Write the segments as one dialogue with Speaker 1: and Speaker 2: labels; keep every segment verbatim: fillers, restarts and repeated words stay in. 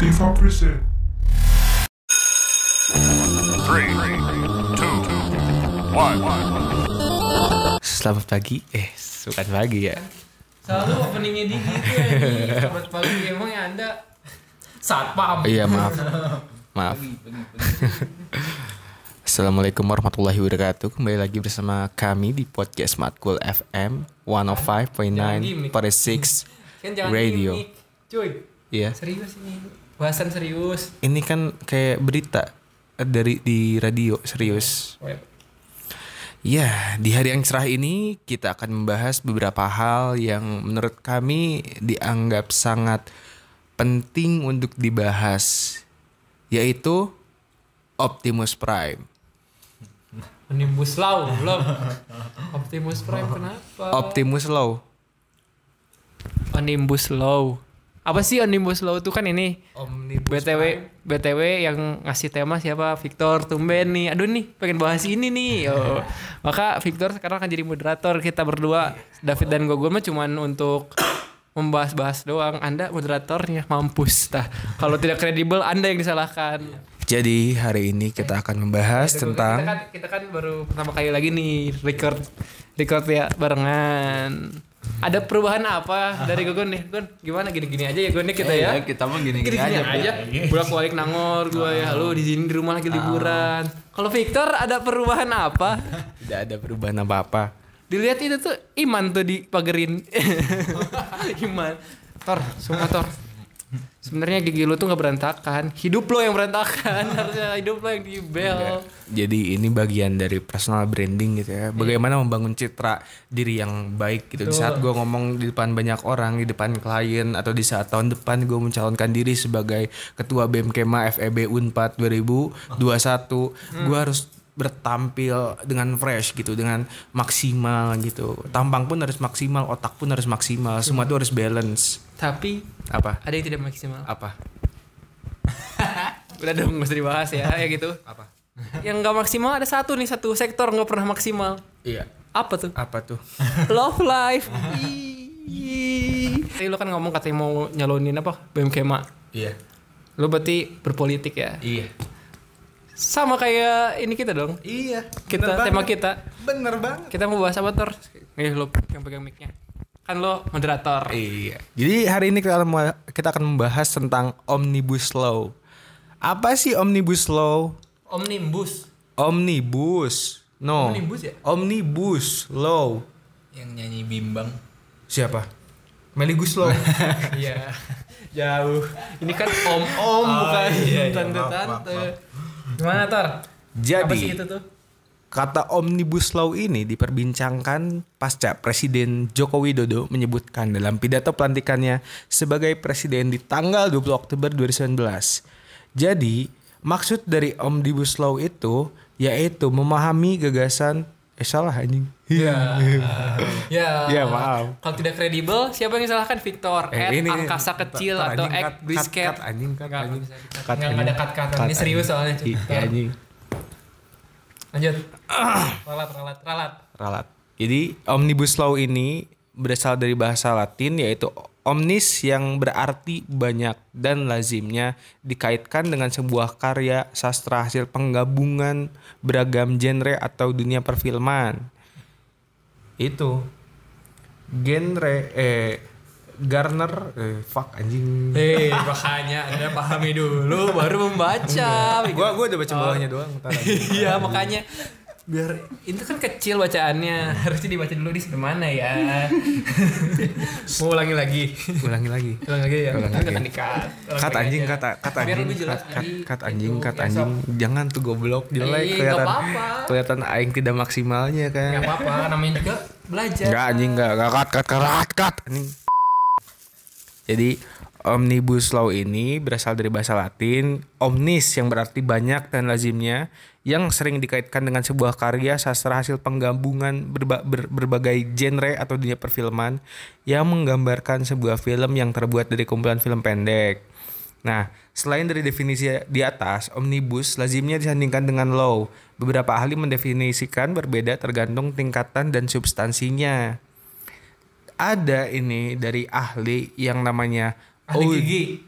Speaker 1: seventy-five percent.
Speaker 2: Three, two, one.
Speaker 3: Selamat pagi, eh bukan pagi ya.
Speaker 4: Selalu openingnya di gitu ya. Selamat pagi, emang ya Anda satpam.
Speaker 3: Iya maaf, maaf. Assalamualaikum warahmatullahi wabarakatuh. Kembali lagi bersama kami di podcast Matkul F M seratus lima point sembilan pada enam
Speaker 4: Kan jangan
Speaker 3: Radio.
Speaker 4: gimmick. Cuy,
Speaker 3: Iya.
Speaker 4: serius ini. Bahasan serius.
Speaker 3: Ini kan kayak berita dari di radio serius. Ya, di hari yang cerah ini kita akan membahas beberapa hal yang menurut kami dianggap sangat penting untuk dibahas, yaitu Optimus Prime.
Speaker 4: Omnibus Law belum. Optimus Prime kenapa?
Speaker 3: Optimus Law.
Speaker 4: Omnibus Law. Apa sih Omnibus Law itu kan ini?
Speaker 3: Omnibus
Speaker 4: B T W B T W yang ngasih tema siapa? Victor Tumben nih. Aduh nih, pengen bahas ini nih. Oh. Maka Victor sekarang akan jadi moderator. Kita berdua, David dan Gogol mah cuman untuk membahas-bahas doang. Anda moderatornya, mampus tah. Kalau tidak kredibel Anda yang disalahkan.
Speaker 3: Jadi hari ini kita akan membahas
Speaker 4: Ya,
Speaker 3: tentang
Speaker 4: kita kan, kita kan baru pertama kali lagi nih record record ya barengan. Ada perubahan apa dari Gogon nih? Gon, gimana gini-gini aja ya Gon nih kita ya?
Speaker 5: Eh, kita mah gini-gini
Speaker 4: Gini-gini
Speaker 5: aja.
Speaker 4: aja. Bolak-balik Nangor gua ya. Lu di sini di rumah lagi liburan. Kalau Victor ada perubahan apa?
Speaker 3: tidak ada perubahan apa-apa.
Speaker 4: Dilihat itu tuh Iman tuh dipagerin. Iman. Tor, sumpah Tor. Sebenarnya gigi lu tuh nggak berantakan, hidup lo yang berantakan. Harusnya hidup lo yang dibel.
Speaker 3: Jadi ini bagian dari personal branding gitu ya. Bagaimana membangun citra diri yang baik gitu. Di saat gue ngomong di depan banyak orang, di depan klien, atau di saat tahun depan gue mencalonkan diri sebagai ketua B M K M A F E B Unpad dua ribu dua puluh satu, hmm. gue harus bertampil dengan fresh gitu, dengan maksimal gitu. Tampang pun harus maksimal, otak pun harus maksimal, semua itu harus balance.
Speaker 4: Tapi
Speaker 3: Apa?
Speaker 4: ada yang tidak maksimal.
Speaker 3: Apa?
Speaker 4: Udah dong, gak usah dibahas ya, ya gitu.
Speaker 3: Apa?
Speaker 4: Yang gak maksimal ada satu nih, satu sektor gak pernah maksimal.
Speaker 3: Iya.
Speaker 4: Apa tuh?
Speaker 3: Apa tuh?
Speaker 4: Love life. Ih. Tadi lo kan ngomong katanya mau nyalonin apa? B M K M A.
Speaker 3: Iya.
Speaker 4: Lo berarti berpolitik ya?
Speaker 3: Iya.
Speaker 4: Sama kayak ini kita dong.
Speaker 3: Iya.
Speaker 4: Kita tema kita.
Speaker 3: Bener banget.
Speaker 4: Kita mau bahas apa Tor? Nih lo yang pegang mic-nya. Kan lo moderator.
Speaker 3: Iya. Jadi hari ini kita akan kita akan membahas tentang Omnibus Law. Apa sih Omnibus Law?
Speaker 4: Omnibus.
Speaker 3: Omnibus. No.
Speaker 4: Omnibus ya?
Speaker 3: Omnibus Law.
Speaker 5: Yang nyanyi Bimbang.
Speaker 3: Siapa? Meligus Law.
Speaker 4: Iya. Jauh. Ini kan om-om
Speaker 3: Oh,
Speaker 4: bukan
Speaker 3: iya, iya.
Speaker 4: tante-tante. Gimana Tor?
Speaker 3: Jadi
Speaker 4: Apa sih itu tuh?
Speaker 3: kata Omnibus Law ini diperbincangkan pasca Presiden Joko Widodo menyebutkan dalam pidato pelantikannya sebagai presiden di tanggal dua puluh Oktober dua ribu sembilan belas. Jadi, maksud dari Omnibus Law itu yaitu memahami gagasan eh salah anjing.
Speaker 4: Ya. Ya.
Speaker 3: Ya, maaf.
Speaker 4: Kalau tidak kredibel, siapa yang disalahkan? Victor.
Speaker 3: Eh,
Speaker 4: At
Speaker 3: ini-
Speaker 4: angkasa kecil
Speaker 3: tar,
Speaker 4: atau
Speaker 3: anjing,
Speaker 4: at
Speaker 3: cut,
Speaker 4: brisket.
Speaker 3: cut, cut, anjing, cut,
Speaker 4: Nggak,
Speaker 3: anjing.
Speaker 4: nggak bisa.
Speaker 3: Cut,
Speaker 4: Nggak, nggak ada cut-cutan.
Speaker 3: Cut,
Speaker 4: Ini serius
Speaker 3: anjing.
Speaker 4: soalnya. cuy.
Speaker 3: Iya, anjing.
Speaker 4: Lanjut. Ralat, ralat, ralat.
Speaker 3: Ralat. Jadi Omnibus Law ini berasal dari bahasa Latin yaitu omnis yang berarti banyak dan lazimnya dikaitkan dengan sebuah karya sastra hasil penggabungan beragam genre atau dunia perfilman. Itu genre eh Garner eh fuck anjing.
Speaker 4: Hei, makanya Anda pahami dulu baru membaca.
Speaker 3: Gua gua udah baca bawahnya doang. Ntar aja.
Speaker 4: Iya, makanya biar itu kan kecil bacaannya, harusnya dibaca dulu di mana ya. Mau ulangi lagi.
Speaker 3: Ulangi lagi.
Speaker 4: Ulangi lagi ya.
Speaker 3: Ulangi
Speaker 4: Kan
Speaker 3: lagi.
Speaker 4: akan di-cut. Ulangi
Speaker 3: Kat
Speaker 4: lagi
Speaker 3: anjing,
Speaker 4: aja.
Speaker 3: kata kata
Speaker 4: Biar
Speaker 3: anjing,
Speaker 4: lebih jelas
Speaker 3: kat kat
Speaker 4: lagi.
Speaker 3: kat anjing,
Speaker 4: Itu,
Speaker 3: kat
Speaker 4: ya,
Speaker 3: anjing.
Speaker 4: sok.
Speaker 3: Jangan tuh goblok jelek
Speaker 4: Eh,
Speaker 3: kelihatan.
Speaker 4: nggak apa-apa.
Speaker 3: Kelihatan aing tidak maksimalnya kan.
Speaker 4: Enggak apa-apa, namanya juga belajar.
Speaker 3: Enggak anjing, enggak enggak kat kat kat kat anjing. Jadi Omnibus Law ini berasal dari bahasa Latin omnis yang berarti banyak dan lazimnya, yang sering dikaitkan dengan sebuah karya sastra hasil penggabungan berba- ber- berbagai genre atau dunia perfilman yang menggambarkan sebuah film yang terbuat dari kumpulan film pendek. Nah, selain dari definisi di atas, omnibus lazimnya disandingkan dengan law. Beberapa ahli mendefinisikan berbeda tergantung tingkatan dan substansinya. Ada ini dari ahli yang namanya
Speaker 4: Ahli
Speaker 3: Oud-
Speaker 4: gigi.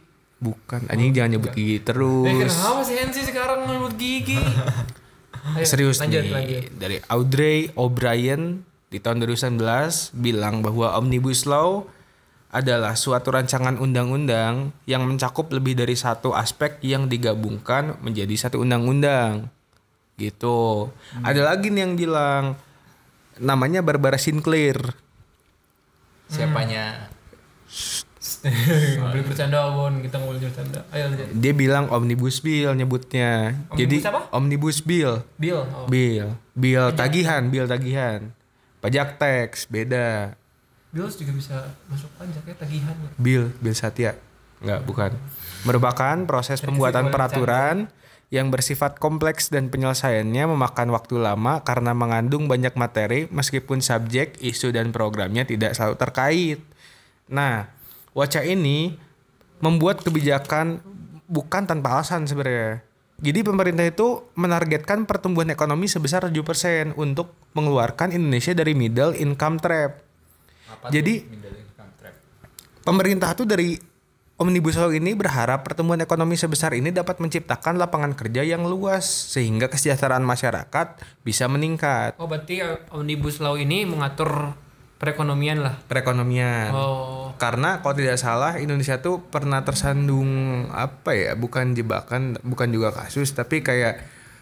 Speaker 3: bukan. Anjing jangan nyebut gigi
Speaker 4: Eh
Speaker 3: terus.
Speaker 4: kenapa sih Hensi sekarang nyebut gigi? Ayo,
Speaker 3: Serius
Speaker 4: lanjut,
Speaker 3: nih.
Speaker 4: lanjut.
Speaker 3: Dari Audrey O'Brien di tahun dua ribu sembilan belas bilang bahwa Omnibus Law adalah suatu rancangan undang-undang yang mencakup lebih dari satu aspek yang digabungkan menjadi satu undang-undang. Gitu. Hmm. Ada lagi nih yang bilang namanya Barbara Sinclair.
Speaker 5: Siapanya?
Speaker 4: Nggak boleh bercanda Won, kita nggak boleh bercanda. Ayo lanjut.
Speaker 3: Dia bilang Omnibus Bill nyebutnya.
Speaker 4: Omnibus
Speaker 3: Jadi
Speaker 4: apa?
Speaker 3: Omnibus Bill.
Speaker 4: Bill. Oh.
Speaker 3: Bill, bill tagihan, bill tagihan. Pajak teks beda.
Speaker 4: Bill juga bisa masuk pajak ya tagihan. Ya.
Speaker 3: Bill, Bill Satya. Enggak, bukan. Merupakan proses pembuatan peraturan yang bersifat kompleks dan penyelesaiannya memakan waktu lama karena mengandung banyak materi meskipun subjek, isu dan programnya tidak selalu terkait. Nah, Waca ini membuat kebijakan bukan tanpa alasan sebenarnya. Jadi pemerintah itu menargetkan pertumbuhan ekonomi sebesar tujuh persen untuk mengeluarkan Indonesia dari middle income trap.
Speaker 5: Apa
Speaker 3: Jadi
Speaker 5: tuh middle income trap?
Speaker 3: pemerintah tuh dari Omnibus Law ini berharap pertumbuhan ekonomi sebesar ini dapat menciptakan lapangan kerja yang luas sehingga kesejahteraan masyarakat bisa meningkat.
Speaker 4: Oh berarti uh, Omnibus Law ini mengatur perekonomian lah.
Speaker 3: Perekonomian.
Speaker 4: Oh.
Speaker 3: Karena kalau tidak salah Indonesia tuh pernah tersandung apa ya, bukan jebakan, bukan juga kasus, tapi kayak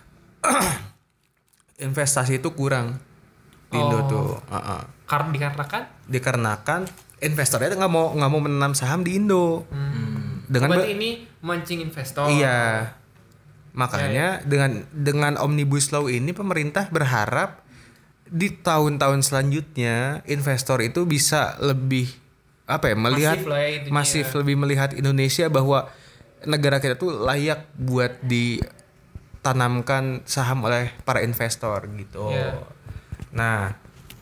Speaker 3: investasi itu kurang di Indo
Speaker 4: Oh.
Speaker 3: tuh. Uh-uh.
Speaker 4: Karena dikarenakan
Speaker 3: Dikarenakan investornya nggak mau nggak mau menanam saham di Indo.
Speaker 4: hmm.
Speaker 3: Dengan
Speaker 4: berarti
Speaker 3: be-
Speaker 4: ini mancing investor.
Speaker 3: Iya. Makanya dengan dengan Omnibus Law ini pemerintah berharap di tahun-tahun selanjutnya investor itu bisa lebih apa ya melihat
Speaker 4: Masif lah ya itunya
Speaker 3: masif
Speaker 4: ya.
Speaker 3: lebih melihat Indonesia bahwa negara kita tuh layak buat ditanamkan saham oleh para investor gitu.
Speaker 4: Iya.
Speaker 3: Nah,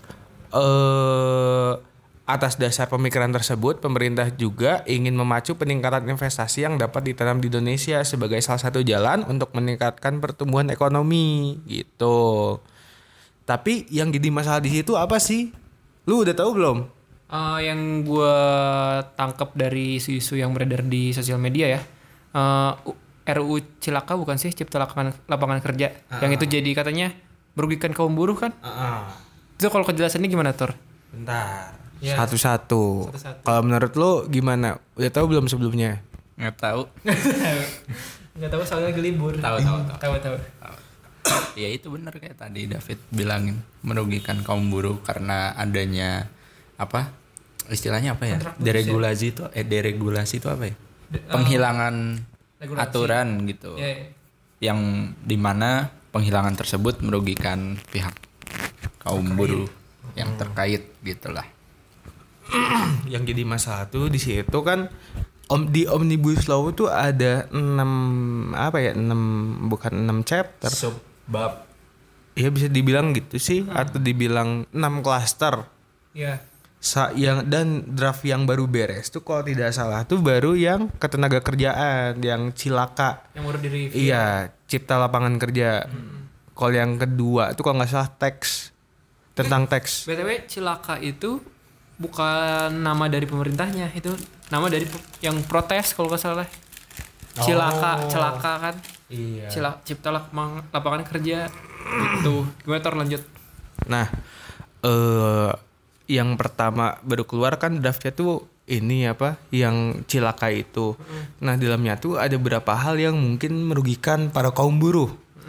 Speaker 3: eh atas dasar pemikiran tersebut, pemerintah juga ingin memacu peningkatan investasi yang dapat ditanam di Indonesia sebagai salah satu jalan untuk meningkatkan pertumbuhan ekonomi gitu. Tapi yang jadi masalah di situ apa sih? Lu udah tahu belum?
Speaker 4: Uh, yang gue tangkap dari isu-isu yang beredar di sosial media ya, uh, R U U Cilaka bukan sih, Cipta Lapangan, lapangan Kerja,
Speaker 3: Ah.
Speaker 4: yang itu jadi katanya merugikan kaum buruh kan?
Speaker 3: Uh-uh.
Speaker 4: Itu kalau kejelasannya gimana Tor?
Speaker 3: Bentar.
Speaker 4: Ya.
Speaker 3: Satu-satu.
Speaker 4: Satu-satu.
Speaker 3: Kalau menurut lu gimana? Udah tahu belum sebelumnya?
Speaker 5: Nggak tahu.
Speaker 4: Nggak tahu soalnya lagi libur.
Speaker 5: Tahu, tahu, tahu.
Speaker 4: Tahu tahu.
Speaker 5: Ya itu benar kayak tadi David bilangin, merugikan kaum buruh karena adanya apa? Istilahnya apa ya?
Speaker 4: Kontrak putus
Speaker 5: Deregulasi itu eh deregulasi itu apa ya? Penghilangan
Speaker 4: regulasi.
Speaker 5: aturan gitu.
Speaker 4: Ya, ya.
Speaker 5: Yang dimana penghilangan tersebut merugikan pihak kaum buruh yang terkait gitulah.
Speaker 3: Yang jadi masalah tuh di situ kan om di Omnibus Law itu ada enam apa ya? enam bukan enam chapter.
Speaker 5: Subbab.
Speaker 3: Ya bisa dibilang gitu sih atau dibilang enam klaster.
Speaker 4: Ya.
Speaker 3: Sa yang dan draft yang baru beres tuh kalau tidak salah tuh baru yang ketenaga kerjaan yang Cilaka.
Speaker 4: Yang baru di review.
Speaker 3: Iya, cipta lapangan kerja. Kalau yang kedua tuh kalau nggak salah teks tentang teks.
Speaker 4: B T W Cilaka itu bukan nama dari pemerintahnya, itu nama dari pe- yang protes kalau nggak salah. Cilaka, celaka kan?
Speaker 3: Iya.
Speaker 4: Cila, cipta lapang- lapangan kerja gitu. Gimana Tor lanjut?
Speaker 3: Nah, eh yang pertama baru keluar kan draftnya tuh ini apa? Yang Cilaka itu. Nah, di dalamnya tuh ada beberapa hal yang mungkin merugikan para kaum buruh.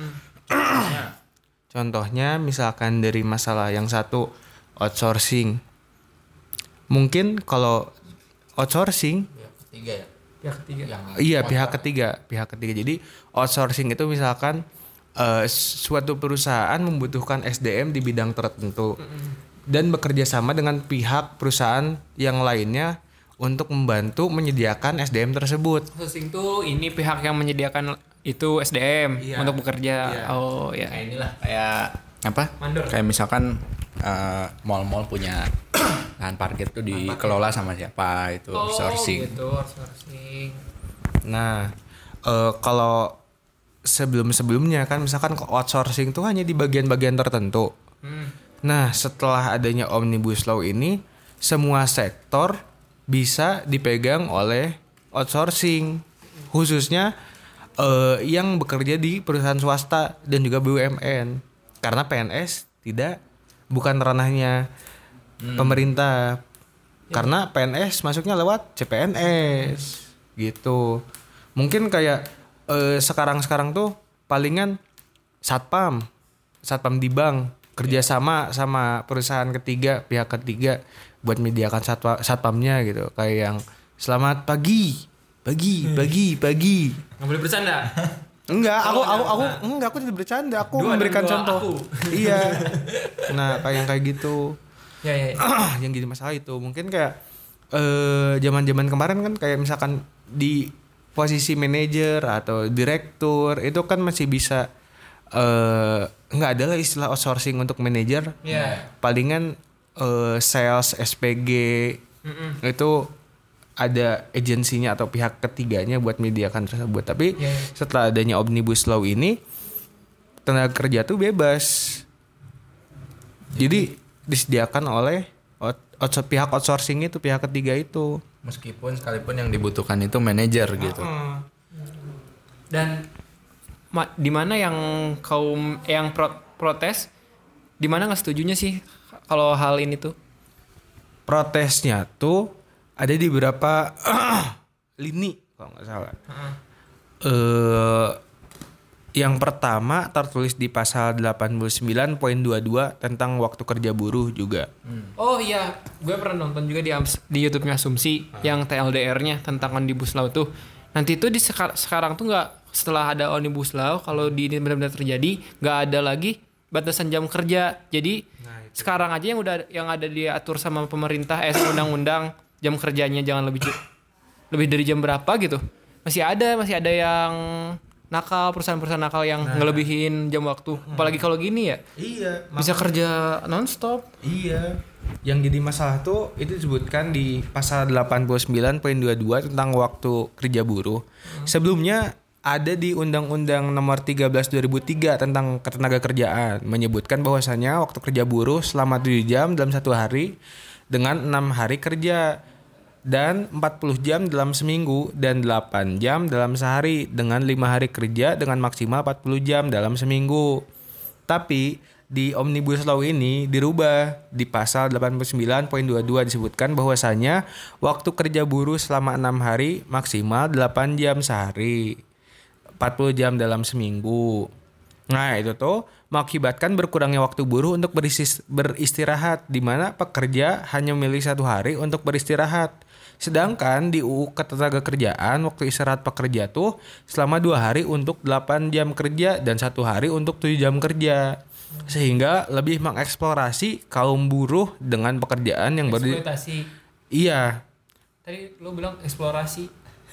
Speaker 3: Contohnya misalkan dari masalah yang satu outsourcing. Mungkin kalau outsourcing
Speaker 5: Ketiga ya.
Speaker 4: Pihak ketiga.
Speaker 5: Yang
Speaker 3: iya pihak ketiga, pihak ketiga. Jadi outsourcing itu misalkan eh, suatu perusahaan membutuhkan S D M di bidang tertentu dan bekerja sama dengan pihak perusahaan yang lainnya untuk membantu menyediakan S D M tersebut.
Speaker 4: Outsourcing tuh ini pihak yang menyediakan itu S D M
Speaker 3: Iya.
Speaker 4: untuk bekerja.
Speaker 3: Iya.
Speaker 4: Oh ya.
Speaker 5: Kayak inilah kayak apa?
Speaker 4: Mandor.
Speaker 5: Kayak misalkan eh, mall-mall punya lahan parkir tuh dikelola sama siapa itu
Speaker 4: Oh
Speaker 5: sourcing.
Speaker 4: gitu, outsourcing.
Speaker 3: Nah, eh, kalau sebelum-sebelumnya kan misalkan ke outsourcing tuh hanya di bagian-bagian tertentu.
Speaker 4: Hmm.
Speaker 3: Nah, setelah adanya Omnibus Law ini, semua sektor bisa dipegang oleh outsourcing. khususnya eh, yang bekerja di perusahaan swasta dan juga B U M N. Karena P N S tidak bukan ranahnya pemerintah. Karena P N S masuknya lewat C P N S gitu. Mungkin kayak eh, sekarang-sekarang tuh palingan satpam, satpam di bank kerjasama sama perusahaan ketiga, pihak ketiga buat menyediakan satwa, satpamnya gitu. Kayak yang selamat pagi, pagi, pagi, pagi.
Speaker 4: Nggak boleh bercanda.
Speaker 3: Enggak, aku aku aku enggak aku tidak bercanda, aku
Speaker 4: Dua dan
Speaker 3: memberikan
Speaker 4: dua
Speaker 3: contoh.
Speaker 4: aku.
Speaker 3: Iya. Nah, kayak yang kayak gitu.
Speaker 4: Ya ya. ya.
Speaker 3: Yang jadi masalah itu mungkin kayak eh zaman-zaman kemarin kan kayak misalkan di posisi manajer atau direktur itu kan masih bisa eh nggak ada lah istilah outsourcing untuk manajer.
Speaker 4: Iya.
Speaker 3: Palingan eh, sales S P G
Speaker 4: Mm-mm.
Speaker 3: itu ada agensinya atau pihak ketiganya buat menyediakan tersebut. Tapi
Speaker 4: Yeah.
Speaker 3: setelah adanya Omnibus Law ini tenaga kerja tuh bebas. Jadi disediakan oleh out- out- pihak outsourcing itu, pihak ketiga itu.
Speaker 5: Meskipun sekalipun yang dibutuhkan itu manajer gitu.
Speaker 4: Dan ma- di mana yang kaum yang pro- protes, di mana nggak setujunya sih kalau hal ini tuh?
Speaker 3: Protesnya tuh ada di beberapa lini kalau nggak salah. Eh yang pertama tertulis di pasal delapan puluh sembilan poin dua puluh dua tentang waktu kerja buruh juga.
Speaker 4: Oh iya, gue pernah nonton juga di Ams- di YouTube-nya Asumsi yang T L D R-nya tentang Omnibus Law tuh. Nanti tuh di sekar- sekarang tuh nggak, setelah ada Omnibus Law, kalau di ini benar-benar terjadi nggak ada lagi batasan jam kerja. Jadi sekarang aja yang udah yang ada diatur sama pemerintah eh undang-undang jam kerjanya jangan lebih ju- lebih dari jam berapa gitu. Masih ada masih ada yang nakal, perusahaan-perusahaan nakal yang ngelebihin jam waktu. Apalagi kalau gini ya.
Speaker 3: Iya,
Speaker 4: Bisa kerja nonstop.
Speaker 3: Iya. Yang jadi masalah tuh itu disebutkan di pasal delapan puluh sembilan poin dua puluh dua tentang waktu kerja buruh. Sebelumnya ada di Undang-Undang Nomor tiga belas dua ribu tiga tentang ketenagakerjaan menyebutkan bahwasanya waktu kerja buruh selama tujuh jam dalam satu hari dengan enam hari kerja dan empat puluh jam dalam seminggu dan delapan jam dalam sehari dengan lima hari kerja dengan maksimal empat puluh jam dalam seminggu. Tapi di Omnibus Law ini dirubah di pasal delapan puluh sembilan poin dua puluh dua disebutkan bahwasanya waktu kerja buruh selama enam hari maksimal delapan jam sehari, empat puluh jam dalam seminggu. Nah, itu tuh mengakibatkan berkurangnya waktu buruh untuk beristis- beristirahat di mana pekerja hanya memiliki satu hari untuk beristirahat. Sedangkan di U U Ketenagakerjaan waktu istirahat pekerja tuh selama dua hari untuk delapan jam kerja dan satu hari untuk tujuh jam kerja. Sehingga lebih mengeksplorasi kaum buruh dengan pekerjaan yang ber
Speaker 4: Eksploitasi.
Speaker 3: Iya.
Speaker 4: Tadi lo bilang eksplorasi.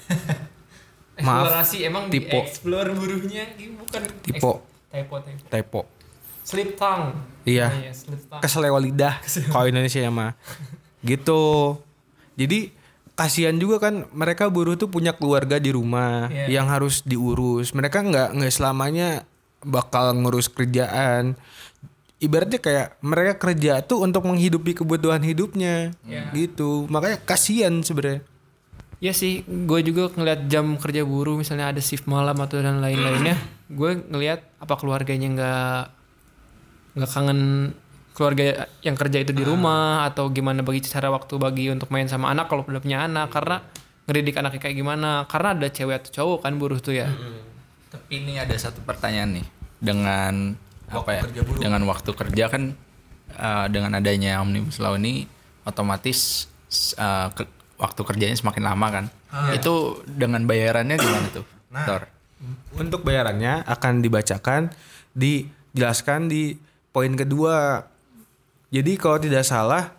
Speaker 3: Maaf,
Speaker 4: Eksplorasi emang
Speaker 3: typo.
Speaker 4: dieksplor buruhnya ini bukan
Speaker 3: Typo.
Speaker 4: eks- typo typo.
Speaker 3: Typo.
Speaker 4: Slip tongue.
Speaker 3: Iya.
Speaker 4: Oh, iya, slip tongue.
Speaker 3: Keselewa lidah kalau Indonesia ya mah. Gitu. Jadi kasihan juga kan mereka buruh tuh punya keluarga di rumah
Speaker 4: Iya.
Speaker 3: yang harus diurus. Mereka nggak nggak selamanya bakal ngurus kerjaan. Ibaratnya kayak mereka kerja tuh untuk menghidupi kebutuhan hidupnya.
Speaker 4: Iya.
Speaker 3: Gitu. Makanya kasihan sebenarnya.
Speaker 4: Iya sih, gue juga ngeliat jam kerja buruh misalnya ada shift malam atau dan lain-lainnya, gue ngeliat apa keluarganya nggak nggak kangen keluarga yang kerja itu di rumah atau gimana bagi cara waktu bagi untuk main sama anak kalau udah punya anak, karena ngedidik anaknya kayak gimana, karena ada cewek atau cowok kan buruh tuh ya.
Speaker 5: Tapi ini ada satu pertanyaan nih dengan apa ya?
Speaker 3: kerja buruh.
Speaker 5: Dengan waktu kerja kan uh, dengan adanya Omnibus Law ini otomatis uh, ke- waktu kerjanya semakin lama kan. Itu dengan bayarannya gimana tuh? Tor.
Speaker 3: Untuk bayarannya akan dibacakan, dijelaskan di poin kedua. Jadi kalau tidak salah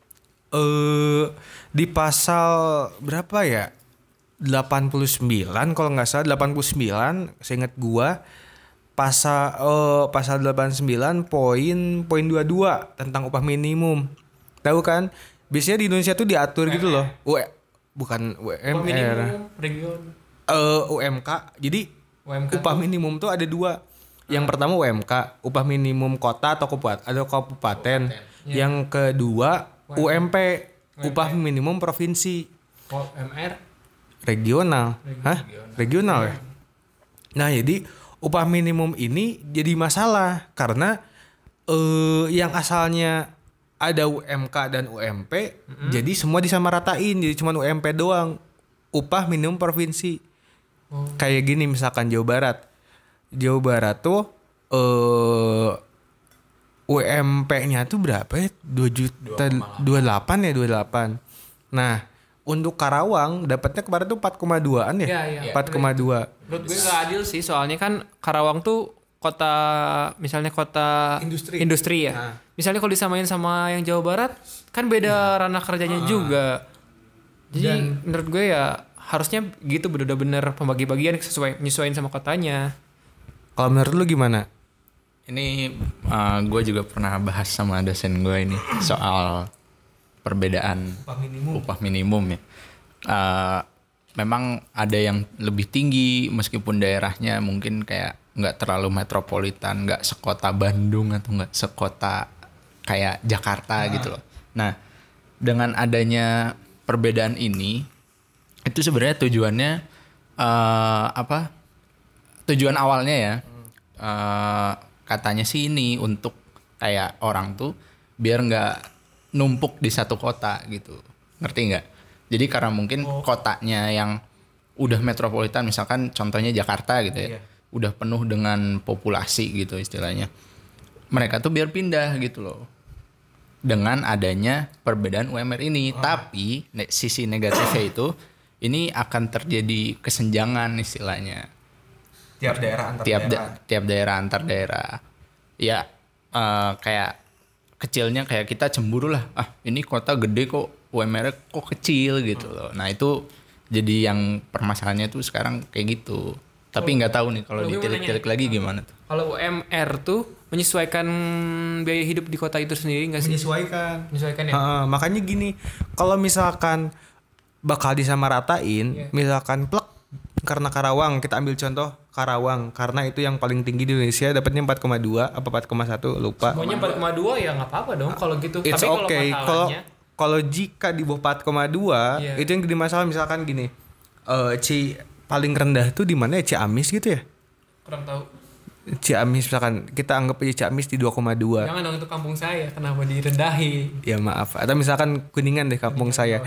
Speaker 3: eh di pasal berapa ya? delapan puluh sembilan kalau nggak salah, delapan puluh sembilan seingat gua pasal eh, pasal delapan puluh sembilan poin poin dua puluh dua tentang upah minimum. Tahu kan? Biasanya di Indonesia tuh diatur gitu loh. U bukan U M R.
Speaker 4: Minimum region
Speaker 3: Eh, U M K. Jadi
Speaker 4: U M K
Speaker 3: upah minimum tuh ada dua. Yang pertama U M K, upah minimum kota atau kabupaten, ada kabupaten. Yang kedua U M P, upah minimum provinsi.
Speaker 4: O M R
Speaker 3: regional. Hah? Regional ya? Nah, jadi upah minimum ini jadi masalah karena eh, yang asalnya ada U M K dan U M P, mm-hmm. jadi semua disamaratain, jadi cuma U M P doang. Upah minimum provinsi. Oh. Kayak gini misalkan Jawa Barat. Jawa Barat tuh eh U M P-nya tuh berapa ya? dua juta dua puluh delapan ya, dua puluh delapan. Nah, untuk Karawang dapatnya kemarin tuh empat koma dua-an ya?
Speaker 4: Iya, iya.
Speaker 3: empat koma dua.
Speaker 4: Menurut gue gak adil sih, soalnya kan Karawang tuh kota, misalnya kota
Speaker 3: Industri,
Speaker 4: industri ya. Nah. Misalnya kalau disamain sama yang Jawa Barat, kan beda nah. ranah kerjanya uh. juga. Jadi dan, menurut gue ya harusnya gitu bener-bener pembagi-bagian sesuai menyesuaikan sama kotanya.
Speaker 3: Kalau menurut lu gimana?
Speaker 5: Ini uh, gue juga pernah bahas sama dosen gue ini soal perbedaan upah minimum, upah minimum ya. Uh, memang ada yang lebih tinggi meskipun daerahnya mungkin kayak nggak terlalu metropolitan, nggak sekota Bandung atau nggak sekota kayak Jakarta nah. gitu loh. Nah, dengan adanya perbedaan ini, itu sebenarnya tujuannya uh, apa? Tujuan awalnya ya, hmm. uh, katanya sih ini untuk kayak orang tuh biar nggak numpuk di satu kota gitu, ngerti nggak? Jadi karena mungkin oh. kotanya yang udah metropolitan, misalkan contohnya Jakarta gitu ya. Yeah. Udah penuh dengan populasi gitu istilahnya. Mereka tuh biar pindah gitu loh. Dengan adanya perbedaan U M R ini. Oh. Tapi ne- sisi negatifnya itu ini akan terjadi kesenjangan istilahnya.
Speaker 3: Tiap daerah antar
Speaker 5: tiap
Speaker 3: daerah.
Speaker 5: Da- tiap daerah antar daerah. Ya uh, kayak kecilnya kayak kita cemburu lah. Ah ini kota gede kok U M R kok kecil gitu loh. Nah itu jadi yang permasalahannya tuh sekarang kayak gitu. Tapi nggak tahu nih kalau ditilik-tilik lagi gimana tuh.
Speaker 4: Kalau U M R tuh menyesuaikan biaya hidup di kota itu sendiri nggak sih?
Speaker 3: Menyesuaikan.
Speaker 4: Menyesuaikan ya.
Speaker 3: Ha, makanya gini, kalau misalkan bakal disamaratain, yeah. misalkan plek karena Karawang, kita ambil contoh Karawang karena itu yang paling tinggi di Indonesia dapatnya empat koma dua apa empat koma satu lupa.
Speaker 4: Semuanya empat koma dua ya nggak apa-apa dong kalau gitu.
Speaker 3: It's
Speaker 4: Tapi
Speaker 3: okay. Kalau kalau jika di bawah empat koma dua yeah. itu yang jadi masalah misalkan gini. Uh, Ci paling rendah tuh di mana ya? Ciamis gitu ya?
Speaker 4: Kurang tahu.
Speaker 3: Ciamis misalkan kita anggap aja Ciamis di dua koma dua.
Speaker 4: Jangan dong itu kampung saya, kenapa direndahi?
Speaker 3: Ya maaf. Atau misalkan Kuningan deh kampung saya.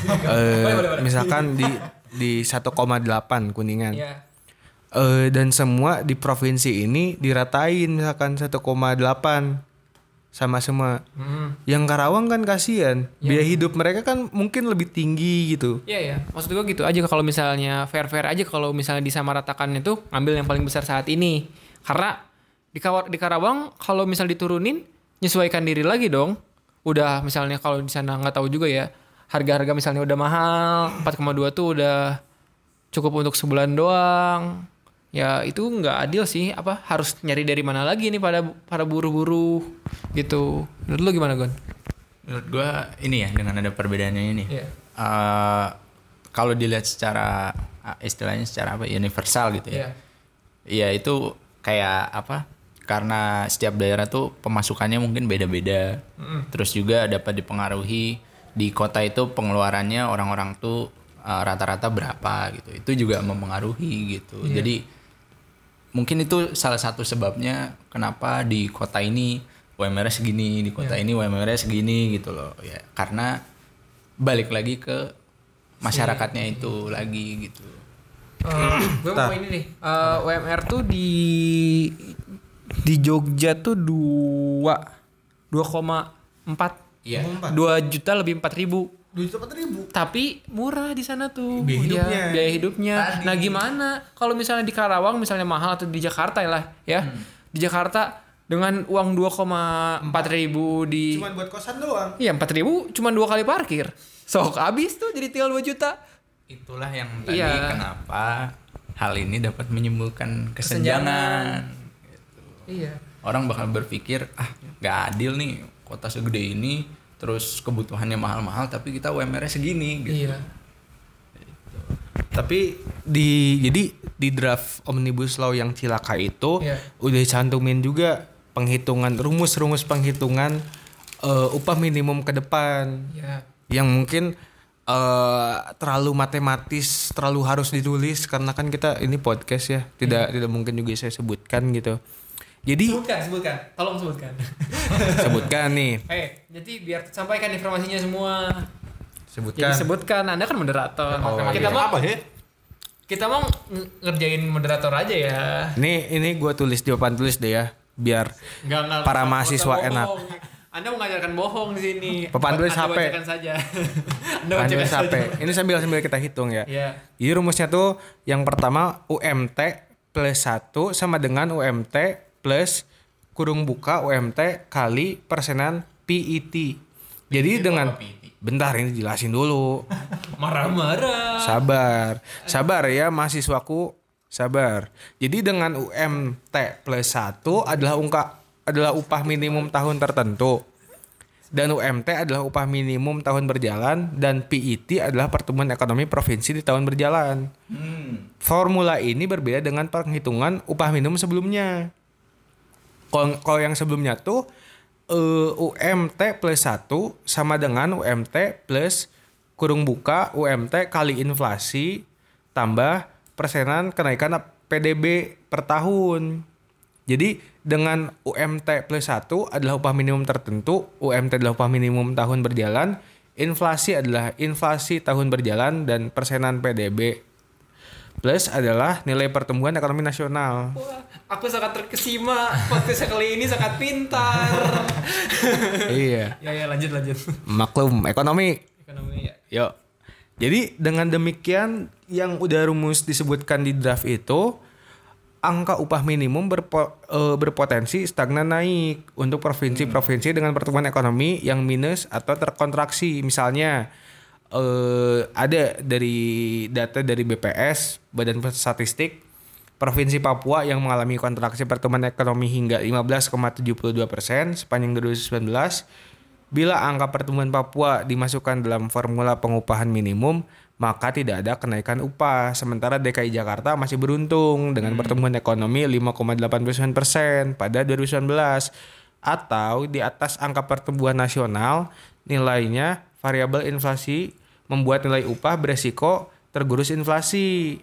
Speaker 3: uh, misalkan di di satu koma delapan Kuningan.
Speaker 4: Yeah.
Speaker 3: Uh, dan semua di provinsi ini diratain misalkan satu koma delapan sama semua. Hmm. Yang Karawang kan kasihan. Ya. Biaya hidup mereka kan mungkin lebih tinggi gitu.
Speaker 4: Iya ya. Maksud gue gitu aja kalau misalnya fair-fair aja kalau misalnya disamaratakan itu ambil yang paling besar saat ini. Karena di Kawar di Karawang kalau misal diturunin nyesuaikan diri lagi dong. Udah misalnya kalau di sana nggak tahu juga ya. Harga-harga misalnya udah mahal, empat koma dua tuh udah cukup untuk sebulan doang. Ya itu nggak adil sih, apa harus nyari dari mana lagi nih pada para buruh-buruh gitu. Menurut lu gimana Gon?
Speaker 5: Menurut gue ini ya dengan ada perbedaannya ini.
Speaker 4: Yeah.
Speaker 5: Uh, kalau dilihat secara istilahnya secara apa universal gitu ya. Iya yeah. itu kayak apa? Karena setiap daerah tuh pemasukannya mungkin beda-beda. Mm. Terus juga dapat dipengaruhi di kota itu pengeluarannya orang-orang tuh uh, rata-rata berapa gitu. Itu juga mempengaruhi gitu. Yeah. Jadi mungkin itu salah satu sebabnya kenapa di kota ini U M R segini, di kota yeah. ini U M R segini gitu loh. Ya, karena balik lagi ke masyarakatnya yeah. itu lagi gitu.
Speaker 4: Uh, gue mau ini nih. Uh, U M R tuh di di Jogja tuh dua koma empat.
Speaker 5: Iya.
Speaker 4: dua juta lebih empat ribu.
Speaker 3: dua juta empat ribu.
Speaker 4: Tapi murah di sana tuh
Speaker 3: biaya hidupnya.
Speaker 4: Ya, biaya hidupnya. Tadi. Nah gimana kalau misalnya di Karawang misalnya mahal atau di Jakarta lah ya. Hmm. Di Jakarta dengan uang dua koma empat ribu di
Speaker 3: cuman buat kosan doang.
Speaker 4: Iya empat ribu cuman dua kali parkir. Sok habis tuh jadi tinggal dua juta.
Speaker 5: Itulah yang tadi
Speaker 4: iya.
Speaker 5: kenapa hal ini dapat menimbulkan kesenjangan. Gitu.
Speaker 4: Iya.
Speaker 5: Orang bakal berpikir ah gak adil nih kota segede ini terus kebutuhannya mahal-mahal tapi kita U M R-nya segini gitu.
Speaker 4: Iya.
Speaker 5: Gitu.
Speaker 3: Tapi di jadi di draft Omnibus Law yang cilaka itu
Speaker 4: iya.
Speaker 3: udah cantumin juga penghitungan rumus-rumus penghitungan uh, upah minimum ke depan.
Speaker 4: Iya.
Speaker 3: Yang mungkin eh terlalu matematis, terlalu harus ditulis karena kan kita ini podcast ya, tidak tidak mungkin juga saya sebutkan gitu. Jadi
Speaker 4: Sebutkan, sebutkan. Tolong sebutkan.
Speaker 3: sebutkan nih,
Speaker 4: Eh, jadi biar sampaikan informasinya semua.
Speaker 3: sebutkan.
Speaker 4: Jadi sebutkan, Anda kan moderator.
Speaker 3: Oh,
Speaker 4: kita
Speaker 3: iya.
Speaker 4: mau
Speaker 1: apa ya?
Speaker 4: kita mau nge- ngerjain moderator aja ya.
Speaker 3: Nih ini gue tulis di papan tulis deh ya, biar
Speaker 4: Enggak enggak.
Speaker 3: Para
Speaker 4: enggak,
Speaker 3: mahasiswa
Speaker 4: enggak
Speaker 3: enak.
Speaker 4: bohong. Anda mengajarkan bohong di sini.
Speaker 3: Papan tulis
Speaker 4: Anda
Speaker 3: H P.
Speaker 4: bacakan saja. Anda
Speaker 3: Panjang
Speaker 4: bacakan saja.
Speaker 3: sampai. Ini sambil sambil kita hitung ya.
Speaker 4: Iya.
Speaker 3: Jadi rumusnya tuh yang pertama U M T plus satu sama dengan U M T plus kurung buka U M T kali persenan P I T. Jadi dengan bentar ini jelasin dulu.
Speaker 4: Marah-marah.
Speaker 3: Sabar. Sabar ya mahasiswaku. Sabar. Jadi dengan U M T plus satu adalah ungka adalah upah minimum tahun tertentu. Dan U M T adalah upah minimum tahun berjalan dan P I T adalah pertumbuhan ekonomi provinsi di tahun berjalan. Formula ini berbeda dengan penghitungan upah minimum sebelumnya. Kalau kalau yang sebelumnya tuh eh, U M T plus satu sama dengan U M T plus kurung buka U M T kali inflasi tambah persenan kenaikan P D B per tahun. Jadi dengan U M T plus satu adalah upah minimum tertentu, U M T adalah upah minimum tahun berjalan, inflasi adalah inflasi tahun berjalan dan persenan P D B plus adalah nilai pertumbuhan ekonomi nasional.
Speaker 4: Wah, aku sangat terkesima. Podcast kali ini sangat pintar.
Speaker 3: Iya,
Speaker 4: Ya ya lanjut lanjut.
Speaker 3: maklum ekonomi.
Speaker 4: Ekonomi ya.
Speaker 3: Yuk. Jadi dengan demikian yang udah rumus disebutkan di draft itu angka upah minimum berpo, e, berpotensi stagnan naik untuk provinsi-provinsi dengan pertumbuhan ekonomi yang minus atau terkontraksi. Misalnya e, ada dari data dari B P S, Badan Pusat Statistik, Provinsi Papua yang mengalami kontraksi pertumbuhan ekonomi hingga lima belas koma tujuh dua persen sepanjang dua ribu sembilan belas. Bila angka pertumbuhan Papua dimasukkan dalam formula pengupahan minimum, maka tidak ada kenaikan upah. Sementara D K I Jakarta masih beruntung dengan pertumbuhan ekonomi lima koma delapan sembilan persen pada dua ribu sembilan belas atau di atas angka pertumbuhan nasional. Nilainya variabel inflasi membuat nilai upah beresiko tergerus inflasi.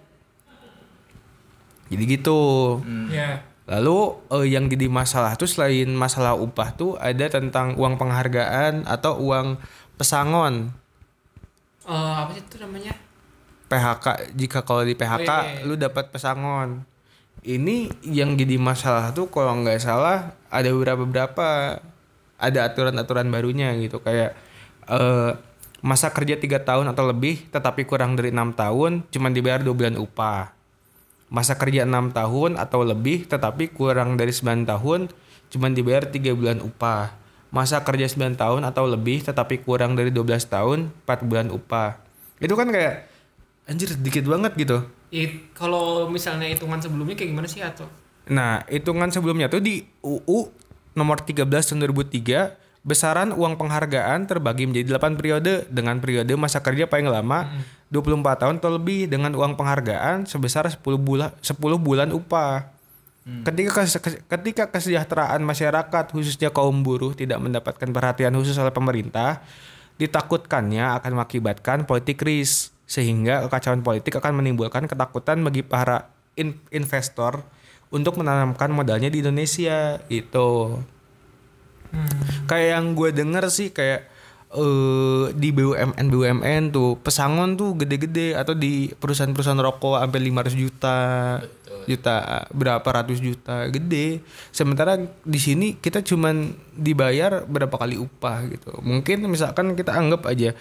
Speaker 3: Jadi gitu.
Speaker 4: Ya.
Speaker 3: Lalu eh, yang jadi masalah tuh selain masalah upah tuh ada tentang uang penghargaan atau uang pesangon.
Speaker 4: Eh, apa sih itu namanya?
Speaker 3: P H K, jika kalau di P H K
Speaker 4: Oh, iya, iya.
Speaker 3: lu dapat pesangon. Ini yang jadi masalah tuh kalau nggak salah ada beberapa beberapa ada aturan-aturan barunya gitu kayak eh, masa kerja tiga tahun atau lebih tetapi kurang dari enam tahun cuman dibayar dua bulan upah. Masa kerja enam tahun atau lebih tetapi kurang dari sembilan tahun cuman dibayar tiga bulan upah. Masa kerja sembilan tahun atau lebih tetapi kurang dari dua belas tahun empat bulan upah. Itu kan kayak anjir dikit banget gitu.
Speaker 4: It, kalau misalnya hitungan sebelumnya kayak gimana sih atau?
Speaker 3: Nah, hitungan sebelumnya tuh di U U nomor tiga belas tahun dua ribu tiga besaran uang penghargaan terbagi menjadi delapan periode dengan periode masa kerja paling lama dua puluh empat tahun atau lebih dengan uang penghargaan sebesar sepuluh bulan sepuluh bulan upah. Hmm. Ketika kes- ketika kesejahteraan masyarakat khususnya kaum buruh tidak mendapatkan perhatian khusus oleh pemerintah, ditakutkannya akan mengakibatkan politik risk sehingga kekacauan politik akan menimbulkan ketakutan bagi para in- investor untuk menanamkan modalnya di Indonesia itu. Hmm. Kayak yang gue denger sih kayak uh, di B U M N B U M N tuh pesangon tuh gede-gede atau di perusahaan-perusahaan rokok sampai lima ratus juta. Betul. Juta berapa ratus juta gede. Sementara di sini kita cuman dibayar berapa kali upah gitu. Mungkin misalkan kita anggap aja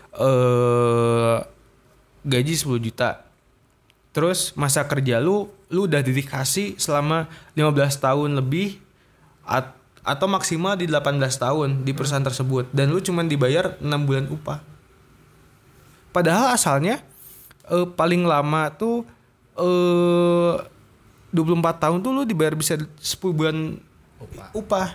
Speaker 3: uh, gaji sepuluh juta. Terus masa kerja lu lu udah dedikasi selama lima belas tahun lebih at, atau maksimal di delapan belas tahun di perusahaan tersebut dan lu cuman dibayar enam bulan upah. Padahal asalnya eh, paling lama tuh eh, dua puluh empat tahun tuh lu dibayar bisa sepuluh bulan upah. upah.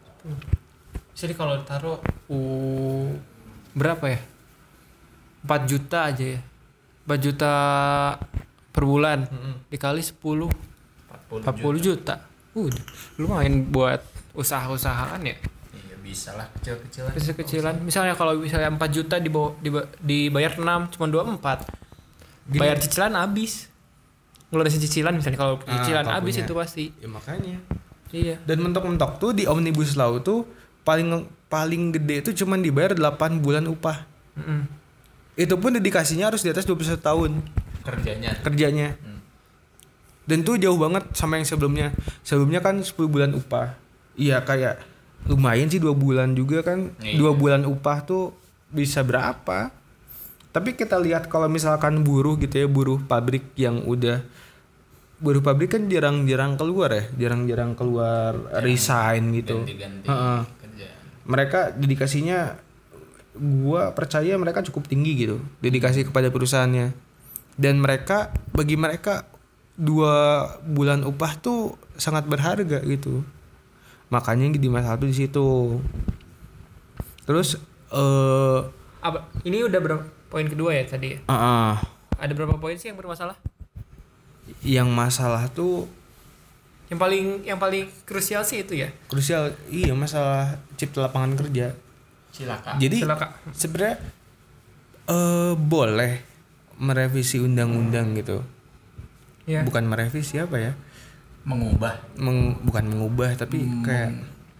Speaker 4: Jadi kalau taruh uh, berapa ya? empat juta aja ya. empat juta per bulan. Mm-hmm. Dikali sepuluh empat puluh juta. Udah lumayan buat usaha-usahaan ya.
Speaker 5: Iya, bisa lah kecil-kecilan.
Speaker 4: Kecil-kecilan. Misalnya kalau misalnya empat juta dibawa, diba- dibayar enam, cuma dua puluh empat. Bayar cicilan habis. Ngeluarin cicilan misalnya kalau cicilan
Speaker 3: Ah,
Speaker 4: habis
Speaker 3: punya.
Speaker 4: itu pasti.
Speaker 3: Ya makanya.
Speaker 4: Iya.
Speaker 3: Dan mentok-mentok tuh di Omnibus Law tuh paling paling gede itu cuman dibayar delapan bulan upah.
Speaker 4: Mm-mm.
Speaker 3: Itu pun dedikasinya harus di atas dua puluh satu tahun
Speaker 5: Kerjanya.
Speaker 3: kerjanya. Dan tuh jauh banget sama yang sebelumnya. Sebelumnya kan sepuluh bulan upah. Iya kayak lumayan sih dua bulan juga kan.
Speaker 5: Iya.
Speaker 3: dua bulan upah tuh bisa berapa? Tapi kita lihat kalau misalkan buruh gitu ya, buruh pabrik yang udah buruh pabrik kan jarang-jarang keluar ya, jarang-jarang keluar resign gitu.
Speaker 5: Ganti-ganti
Speaker 3: Heeh.
Speaker 5: kerjaan.
Speaker 3: Mereka dedikasinya gua percaya mereka cukup tinggi gitu, dedikasi kepada perusahaannya. Dan mereka bagi mereka dua bulan upah tuh sangat berharga gitu. Makanya di masalah tuh di situ. Terus eh
Speaker 4: Apa? Ini udah berapa poin kedua ya tadi ya?
Speaker 3: uh, uh,
Speaker 4: Ada berapa poin sih yang bermasalah?
Speaker 3: yang masalah tuh
Speaker 4: Yang paling yang paling krusial sih itu ya.
Speaker 3: krusial, iya masalah cipta lapangan kerja.
Speaker 5: Silakan.
Speaker 3: Jadi
Speaker 4: Silakan.
Speaker 3: sebenarnya eh boleh merevisi undang-undang gitu.
Speaker 4: Ya.
Speaker 3: Bukan merevisi apa ya?
Speaker 5: Mengubah,
Speaker 3: Meng, bukan mengubah tapi
Speaker 5: Hmm.
Speaker 3: kayak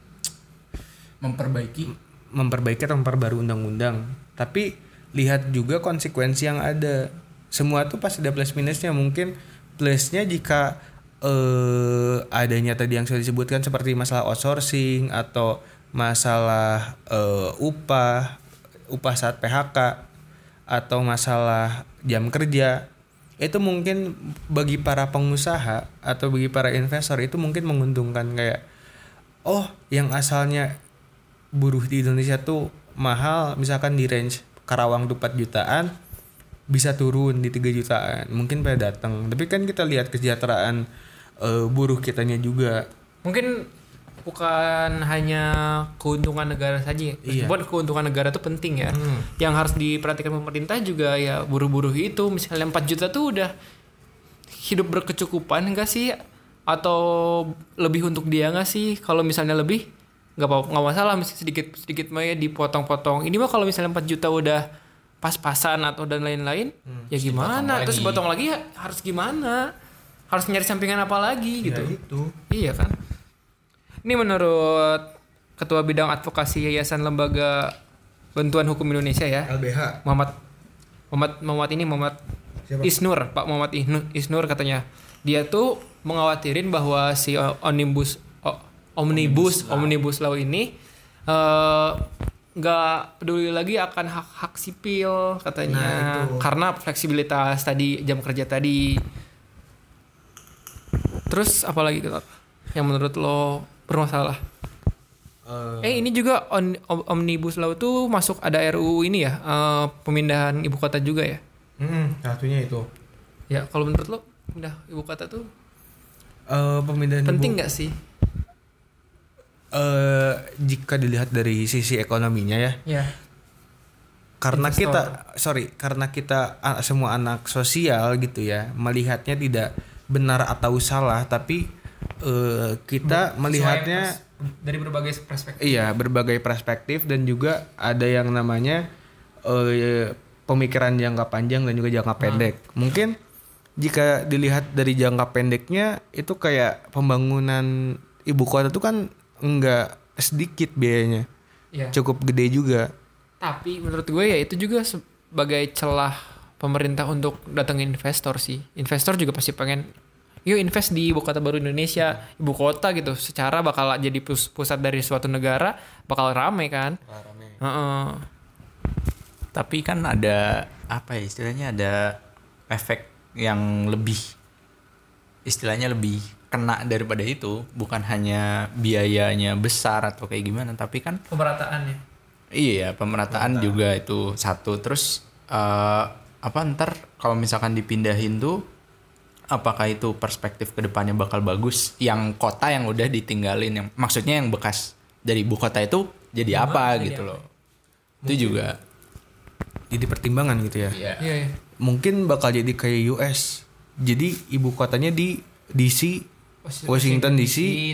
Speaker 5: memperbaiki.
Speaker 3: memperbaiki atau memperbarui undang-undang. Tapi lihat juga konsekuensi yang ada. Semua tuh pasti ada plus minusnya. Mungkin plusnya jika eh adanya tadi yang sudah disebutkan seperti masalah outsourcing atau masalah eh, upah, upah saat P H K atau masalah jam kerja. Itu mungkin bagi para pengusaha atau bagi para investor itu mungkin menguntungkan, kayak oh yang asalnya buruh di Indonesia tuh mahal, misalkan di range Karawang tuh empat jutaan bisa turun di tiga jutaan, mungkin pada datang. Tapi kan kita lihat kesejahteraan uh, buruh kitanya juga.
Speaker 4: Mungkin bukan hanya keuntungan negara saja ya.
Speaker 3: Iya.
Speaker 4: Meskipun keuntungan negara itu penting ya.
Speaker 3: Hmm.
Speaker 4: Yang harus diperhatikan pemerintah juga ya buruh-buruh itu. Misalnya empat juta tuh udah hidup berkecukupan enggak sih? Atau lebih untuk dia enggak sih? Kalau misalnya lebih nggak apa nggak masalah, mesti sedikit sedikit mah ya dipotong-potong. Ini mah kalau misalnya empat juta udah pas-pasan atau dan lain-lain, ya gimana? Terus
Speaker 5: lagi.
Speaker 4: potong lagi ya harus gimana? Harus nyari sampingan apa lagi gitu?
Speaker 3: Ya itu.
Speaker 4: Iya kan? Ini menurut Ketua Bidang Advokasi Yayasan Lembaga Bantuan Hukum Indonesia ya,
Speaker 3: L B H.
Speaker 4: Muhammad Muhammad Muhammad ini Muhammad
Speaker 3: Siapa?
Speaker 4: Isnur, Pak Muhammad Isnur, Isnur katanya. Dia tuh mengkhawatirin bahwa si omnibus o- omnibus omnibus law ini eh, nggak peduli lagi akan hak-hak sipil katanya.
Speaker 3: Nah, itu.
Speaker 4: Karena fleksibilitas tadi, jam kerja tadi. Terus apalagi tuh yang menurut lo bermasalah?
Speaker 3: Uh,
Speaker 4: Eh ini juga on, om- omnibus law tuh masuk ada R U U ini ya, eh, pemindahan ibu kota juga ya.
Speaker 3: mm, satunya itu.
Speaker 4: Ya kalau menurut lo pindah ibu kota tuh
Speaker 3: Uh, pemindahan
Speaker 4: penting
Speaker 3: ibu-
Speaker 4: nggak sih?
Speaker 3: uh, jika dilihat dari sisi ekonominya ya,
Speaker 4: Ya.
Speaker 3: karena
Speaker 4: Investor.
Speaker 3: kita sorry karena kita a- semua anak sosial gitu ya, melihatnya tidak benar atau salah, tapi uh, kita melihatnya
Speaker 4: dari berbagai perspektif.
Speaker 3: iya berbagai perspektif, dan juga ada yang namanya uh, pemikiran jangka panjang dan juga jangka pendek. Mungkin jika dilihat dari jangka pendeknya itu kayak pembangunan ibu kota itu kan enggak sedikit biayanya,
Speaker 4: Ya.
Speaker 3: cukup gede juga.
Speaker 4: Tapi menurut gue ya itu juga sebagai celah pemerintah untuk datengin investor sih. Investor juga pasti pengen yuk invest di ibu kota baru Indonesia, ibu kota gitu. Secara bakal jadi pus- pusat dari suatu negara, bakal rame kan. Heeh.
Speaker 5: Tapi kan ada apa ya istilahnya, ada efek yang lebih istilahnya lebih kena daripada itu, bukan hanya biayanya besar atau kayak gimana, tapi kan
Speaker 4: Pemerataannya.
Speaker 5: iya pemerataan juga itu satu. Terus eh, apa ntar kalau misalkan dipindahin tuh apakah itu perspektif kedepannya bakal bagus, yang kota yang udah ditinggalin, yang maksudnya yang bekas dari ibu kota itu jadi apa
Speaker 4: jadi
Speaker 5: gitu
Speaker 4: apa?
Speaker 5: loh. Itu juga
Speaker 3: Jadi pertimbangan gitu ya.
Speaker 5: iya.
Speaker 4: Iya, iya.
Speaker 3: Mungkin bakal jadi kayak U S. Jadi ibu kotanya di D C, Washington D C,
Speaker 4: tap-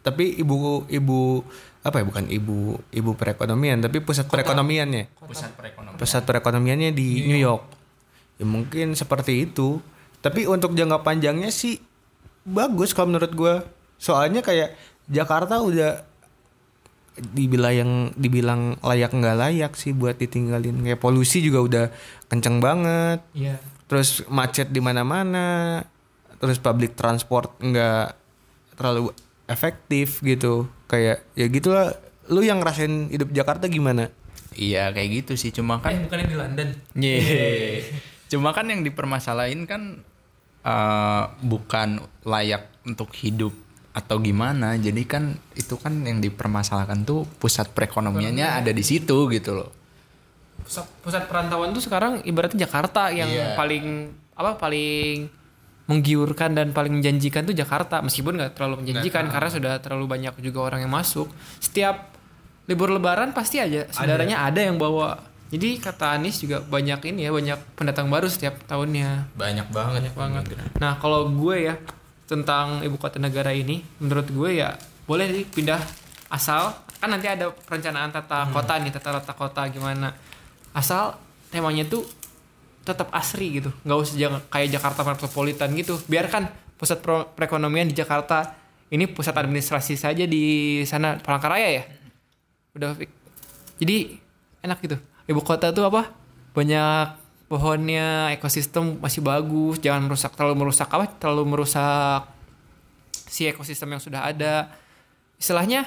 Speaker 3: tapi ibu ibu apa ya bukan ibu ibu perekonomian tapi pusat perekonomiannya.
Speaker 5: Pusat perekonomian.
Speaker 3: Pusat perekonomiannya di New York. Ya mungkin seperti itu. Tapi untuk jangka panjangnya sih bagus kalau menurut gue. Soalnya kayak Jakarta udah dibilang yang dibilang layak nggak layak sih buat ditinggalin. Kayak polusi juga udah kenceng banget.
Speaker 4: Iya.
Speaker 3: Terus macet di mana-mana. Terus public transport nggak terlalu efektif gitu. Kayak ya gitulah. Lu yang ngerasain hidup Jakarta gimana?
Speaker 5: Iya kayak gitu sih, cuma kan
Speaker 4: Eh, bukannya di London.
Speaker 5: yeah. Cuma kan yang dipermasalahin kan uh, bukan layak untuk hidup atau gimana. Jadi kan itu kan yang dipermasalahkan tuh pusat perekonomiannya ada di situ gitu loh.
Speaker 4: Pusat, pusat perantauan tuh sekarang ibaratnya Jakarta yang
Speaker 5: Iya.
Speaker 4: paling apa paling menggiurkan dan paling menjanjikan tuh Jakarta, meskipun nggak terlalu menjanjikan karena sudah terlalu banyak juga orang yang masuk. Setiap libur Lebaran pasti aja saudaranya ada yang bawa. Jadi kata Anies juga banyak ini ya, banyak pendatang baru setiap tahunnya.
Speaker 5: Banyak banget.
Speaker 4: Banyak banget. Nah kalau gue ya tentang ibu kota negara ini, menurut gue ya boleh nih pindah asal kan nanti ada perencanaan tata kota nih, tata tata kota gimana. Asal temanya tuh tetap asri gitu, nggak usah jangan kayak Jakarta metropolitan gitu. Biarkan pusat pro- perekonomian di Jakarta, ini pusat administrasi saja di sana Palangkaraya ya. Udah fix. Jadi enak gitu. Ibu kota tuh apa? Banyak pohonnya, ekosistem masih bagus, jangan merusak terlalu merusak apa? Terlalu merusak si ekosistem yang sudah ada. Istilahnya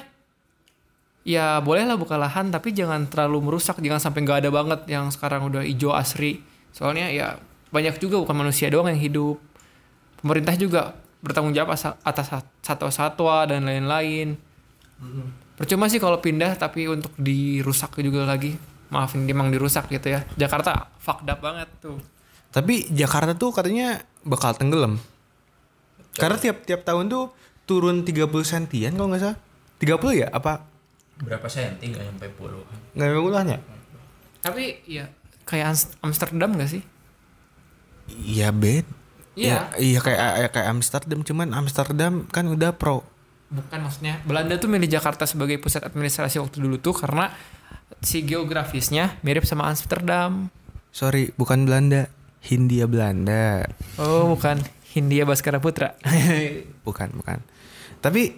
Speaker 4: ya bolehlah buka lahan tapi jangan terlalu merusak, jangan sampai nggak ada banget yang sekarang udah hijau asri. Soalnya ya banyak juga bukan manusia doang yang hidup. Pemerintah juga bertanggung jawab atas satwa-satwa dan lain-lain. Percuma sih kalau pindah tapi untuk dirusak juga lagi. Maafin memang dirusak gitu ya. Jakarta fucked up banget tuh.
Speaker 3: Tapi Jakarta tuh katanya bakal tenggelam. Karena tiap-tiap tahun tuh turun tiga puluh sentian kalau nggak salah. tiga puluh ya? Apa?
Speaker 5: Berapa senti nggak sampai puluhan?
Speaker 3: Nggak ada puluhan ya?
Speaker 4: Tapi ya kayak Amsterdam gak sih?
Speaker 3: Iya bed.
Speaker 4: Iya.
Speaker 3: Ya, iya kayak kayak Amsterdam, cuman Amsterdam kan udah pro.
Speaker 4: Bukan maksudnya Belanda tuh milih Jakarta sebagai pusat administrasi waktu dulu tuh karena si geografisnya mirip sama Amsterdam.
Speaker 3: Sorry, bukan Belanda, Hindia Belanda.
Speaker 4: Oh bukan Hindia Baskara Putra.
Speaker 3: Bukan, bukan. Tapi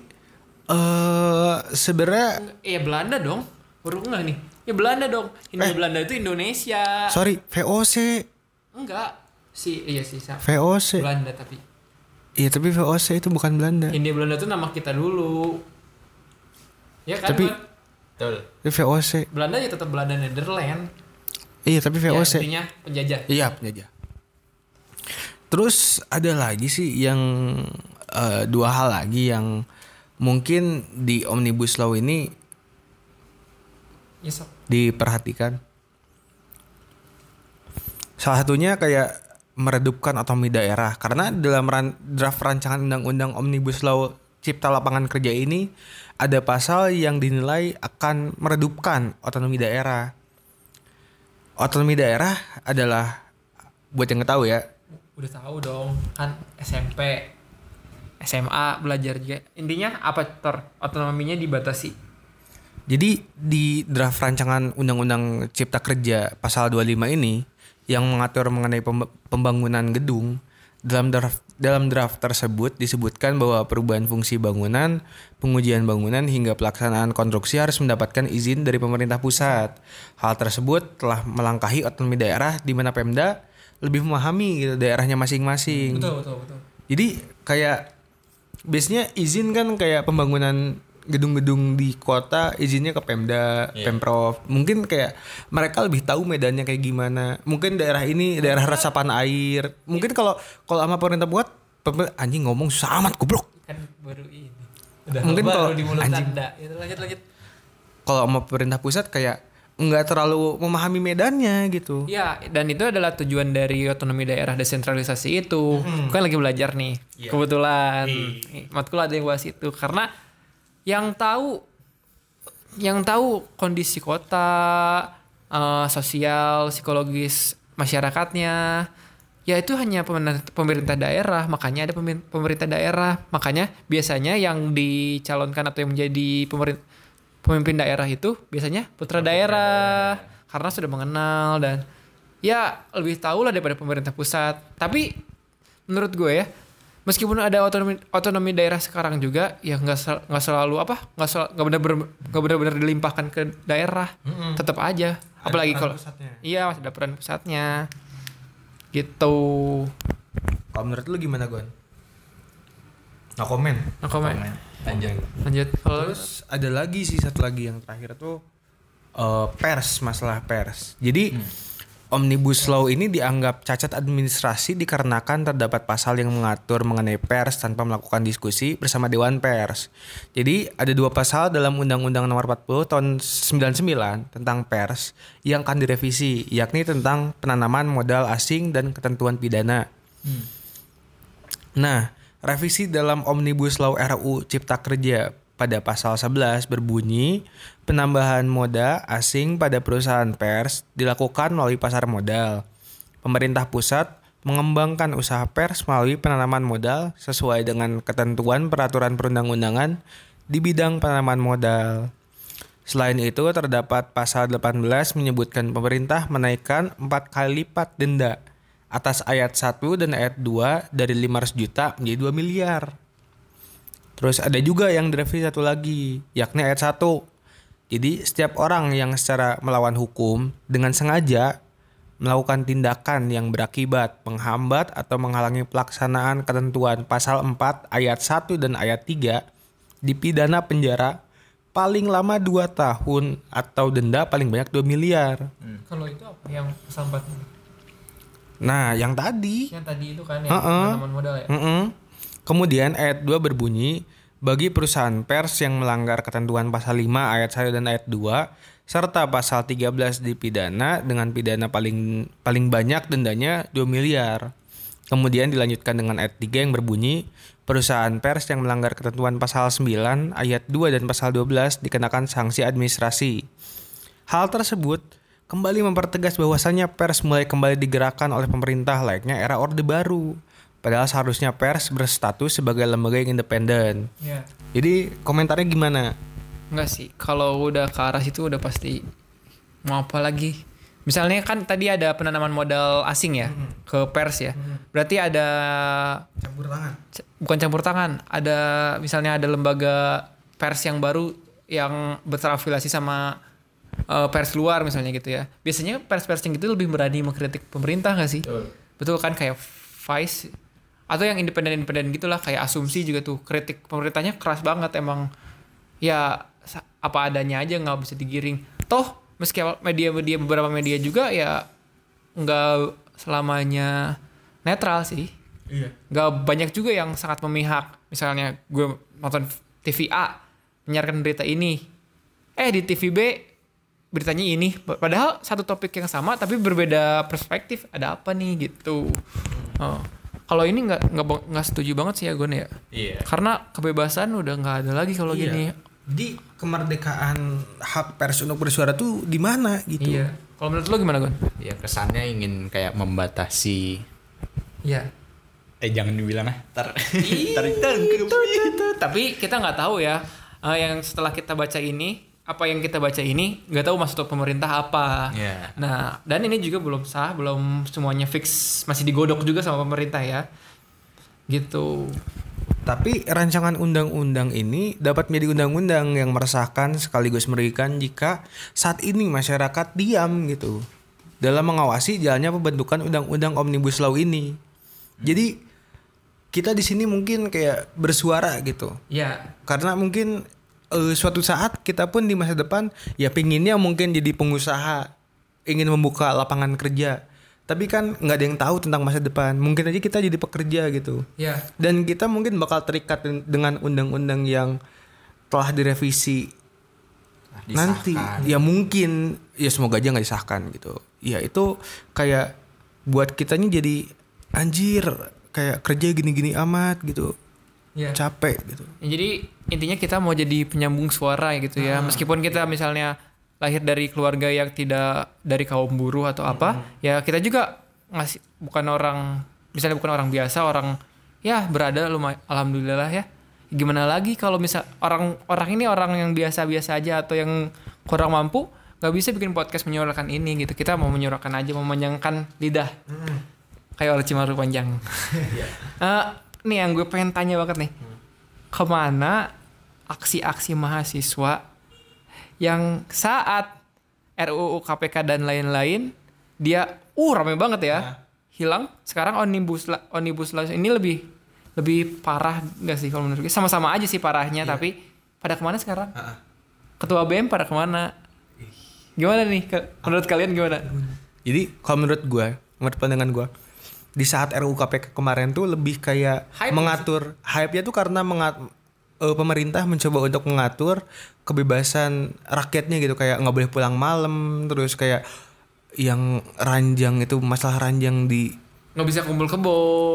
Speaker 3: eh sebenarnya
Speaker 4: Iya Belanda dong. Baru enggak nih? Ya Belanda dong. Hindia
Speaker 3: Eh.
Speaker 4: Belanda itu Indonesia.
Speaker 3: sorry, V O C.
Speaker 4: Enggak. Si iya sih sa-
Speaker 3: V O C.
Speaker 4: Belanda tapi.
Speaker 3: Iya, tapi V O C itu bukan Belanda.
Speaker 4: Hindia Belanda itu nama kita dulu. Ya kan?
Speaker 3: Tapi-
Speaker 4: Bang?
Speaker 5: Betul.
Speaker 3: Itu V O C.
Speaker 4: Belanda ya tetap Belanda Netherlands.
Speaker 3: Iya, tapi V O C.
Speaker 4: Ya, intinya penjajah.
Speaker 3: Iya, penjajah. Terus ada lagi sih yang eh, dua hal lagi yang mungkin di Omnibus Law ini
Speaker 4: Ya, sok.
Speaker 3: diperhatikan. Salah satunya kayak meredupkan otonomi daerah karena dalam ran- draft rancangan undang-undang Omnibus Law Cipta Lapangan Kerja ini ada pasal yang dinilai akan meredupkan otonomi daerah. Otonomi daerah adalah buat yang nggak tahu ya.
Speaker 4: Udah tahu dong kan S M P S M A belajar juga intinya apa ter otonominya dibatasi.
Speaker 3: Jadi di draft rancangan Undang-Undang Cipta Kerja pasal dua puluh lima ini yang mengatur mengenai pem- pembangunan gedung, dalam draft dalam draft tersebut disebutkan bahwa perubahan fungsi bangunan, pengujian bangunan hingga pelaksanaan konstruksi harus mendapatkan izin dari pemerintah pusat. Hal tersebut telah melangkahi otonomi daerah di mana Pemda lebih memahami gitu daerahnya masing-masing.
Speaker 4: Betul betul betul.
Speaker 3: Jadi kayak biasanya izin kan kayak pembangunan gedung-gedung di kota izinnya ke Pemda, Pemprov. Mungkin kayak mereka lebih tahu medannya kayak gimana. Mungkin daerah ini daerah resapan air. Mungkin kalau kalau sama pemerintah buat pemerintah, anjing ngomong susah amat goblok.
Speaker 4: Kan baru ini. Udah
Speaker 3: Mungkin
Speaker 4: baru
Speaker 3: kalau
Speaker 4: di mulut
Speaker 3: anjing.
Speaker 4: Anda. Ya, lanjut lanjut.
Speaker 3: Kalau sama pemerintah pusat kayak nggak terlalu memahami medannya gitu.
Speaker 4: Ya, dan itu adalah tujuan dari otonomi daerah desentralisasi itu. Bukan lagi belajar nih. Kebetulan matkul ada yang bahas itu karena yang tahu yang tahu kondisi kota, eh, sosial, psikologis masyarakatnya, ya itu hanya pemerintah, pemerintah daerah, makanya ada pemer- pemerintah daerah. Makanya biasanya yang dicalonkan atau yang menjadi pemerintah pemimpin daerah itu biasanya putra daerah karena sudah mengenal dan ya lebih tahu lah daripada pemerintah pusat. Tapi menurut gue ya, meskipun ada otonomi otonomi daerah sekarang juga ya nggak sel, nggak selalu apa nggak sel, nggak benar nggak benar-benar dilimpahkan ke daerah, mm-hmm. tetap aja. Ada apalagi kalau iya masih ada peran pusatnya gitu.
Speaker 3: Kalau menurut lu gimana, Gon? No comment.
Speaker 4: No comment.
Speaker 5: Lanjut.
Speaker 4: Lanjut. Kalau
Speaker 3: Terus ada lagi sih satu lagi yang terakhir tuh uh, pers, masalah pers. Jadi hmm. Omnibus Law ini dianggap cacat administrasi dikarenakan terdapat pasal yang mengatur mengenai pers tanpa melakukan diskusi bersama Dewan Pers. Jadi ada dua pasal dalam Undang-Undang Nomor empat puluh tahun sembilan puluh sembilan tentang pers yang akan direvisi, yakni tentang penanaman modal asing dan ketentuan pidana. Hmm. Nah, revisi dalam Omnibus Law R U Cipta Kerja pada pasal sebelas berbunyi penambahan moda asing pada perusahaan pers dilakukan melalui pasar modal. Pemerintah pusat mengembangkan usaha pers melalui penanaman modal sesuai dengan ketentuan peraturan perundang-undangan di bidang penanaman modal. Selain itu terdapat pasal delapan belas menyebutkan pemerintah menaikkan empat kali lipat denda atas ayat satu dan ayat dua dari lima ratus juta menjadi dua miliar. Terus ada juga yang direvisi satu lagi, yakni ayat satu. Jadi setiap orang yang secara melawan hukum dengan sengaja melakukan tindakan yang berakibat menghambat atau menghalangi pelaksanaan ketentuan pasal empat ayat satu dan ayat tiga dipidana penjara paling lama dua tahun atau denda paling banyak dua miliar.
Speaker 4: Hmm. Kalau itu apa yang pasal empat?
Speaker 3: Nah, yang tadi.
Speaker 4: Yang tadi itu kan yang
Speaker 3: uh-uh.
Speaker 4: penanaman modal ya.
Speaker 3: Uh-uh. Kemudian ayat dua berbunyi, bagi perusahaan pers yang melanggar ketentuan pasal lima ayat satu dan ayat dua serta pasal tiga belas dipidana dengan pidana paling paling banyak dendanya dua miliar. Kemudian dilanjutkan dengan ayat tiga yang berbunyi, perusahaan pers yang melanggar ketentuan pasal sembilan ayat dua dan pasal dua belas dikenakan sanksi administrasi. Hal tersebut kembali mempertegas bahwasannya pers mulai kembali digerakkan oleh pemerintah layaknya era Orde Baru. Padahal seharusnya pers berstatus sebagai lembaga yang independen.
Speaker 4: Yeah.
Speaker 3: Jadi komentarnya gimana?
Speaker 4: Enggak sih, kalau udah ke arah situ udah pasti mau apa lagi. Misalnya kan tadi ada penanaman modal asing ya, mm-hmm. ke pers ya. Mm-hmm. Berarti ada
Speaker 3: campur tangan.
Speaker 4: Bukan campur tangan, ada misalnya ada lembaga pers yang baru yang berafiliasi sama uh, pers luar misalnya gitu ya. Biasanya pers-pers yang gitu lebih berani mengkritik pemerintah enggak sih? Betul. Betul kan, kayak Vice atau yang independen-independen gitulah, kayak Asumsi juga tuh kritik pemerintahnya keras banget emang. Ya apa adanya aja, nggak bisa digiring. Toh meski media-media beberapa media juga ya nggak selamanya netral sih. Iya. Nggak banyak juga yang sangat memihak. Misalnya gue nonton T V A menyiarkan berita ini, eh di T V B beritanya ini. Padahal satu topik yang sama tapi berbeda perspektif. Ada apa nih gitu. Oh. Kalau ini nggak nggak nggak setuju banget sih ya Gon ya. Iya. Karena kebebasan udah nggak ada lagi kalau iya. gini.
Speaker 3: Di kemerdekaan hak pers untuk bersuara tuh di mana gitu?
Speaker 4: Iya. Kalau menurut lo gimana Gon?
Speaker 5: Ya kesannya ingin kayak membatasi.
Speaker 4: Iya.
Speaker 5: Eh jangan dibilang ah. Tar.
Speaker 4: Tapi kita nggak tahu ya. Uh, yang setelah kita baca ini, apa yang kita baca ini nggak tahu maksud pemerintah apa. Yeah. Nah, dan ini juga belum sah, belum semuanya fix, masih digodok juga sama pemerintah ya. Gitu.
Speaker 3: Tapi rancangan undang-undang ini dapat menjadi undang-undang yang meresahkan sekaligus merugikan jika saat ini masyarakat diam gitu dalam mengawasi jalannya pembentukan undang-undang Omnibus Law ini. Hmm. Jadi kita di sini mungkin kayak bersuara gitu.
Speaker 4: Iya. Yeah.
Speaker 3: Karena mungkin Uh, suatu saat kita pun di masa depan ya pinginnya mungkin jadi pengusaha, ingin membuka lapangan kerja, tapi kan nggak ada yang tahu tentang masa depan. Mungkin aja kita jadi pekerja gitu.
Speaker 4: Yeah.
Speaker 3: Dan kita mungkin bakal terikat dengan undang-undang yang telah direvisi disahkan. Nanti. Ya mungkin ya semoga aja nggak disahkan gitu. Ya itu kayak buat kitanya jadi anjir kayak kerja gini-gini amat gitu. Yeah. Capek gitu.
Speaker 4: Ya, jadi intinya kita mau jadi penyambung suara gitu ya. Ah. Meskipun kita misalnya lahir dari keluarga yang tidak dari kaum buruh atau apa, hmm. ya kita juga ngasih bukan orang misalnya bukan orang biasa, orang ya berada lumayan alhamdulillah ya. Gimana lagi kalau misal orang orang ini orang yang biasa-biasa aja atau yang kurang mampu nggak bisa bikin podcast menyuarakan ini gitu. Kita mau menyuarakan aja, memanjangkan lidah. Hmm. Kayak orang Cimaru panjang. uh, nih yang gue pengen tanya banget nih. Kemana aksi-aksi mahasiswa yang saat R U U K P K dan lain-lain dia uh rame banget ya. Nah. Hilang. Sekarang omnibus omnibus law ini lebih lebih parah enggak sih kalau menurut gue? Sama-sama aja sih parahnya, iya. Tapi pada kemana sekarang? Uh-uh. Ketua B M pada kemana? Gimana nih? Menurut kalian gimana?
Speaker 3: Jadi kalau menurut gue, menurut pandangan gue, di saat R U U K P K kemarin tuh lebih kayak hype mengatur sih. Hype-nya tuh karena mengat, uh, pemerintah mencoba untuk mengatur kebebasan rakyatnya gitu, kayak nggak boleh pulang malam, terus kayak yang ranjang itu masalah ranjang di
Speaker 4: nggak bisa kumpul kebo.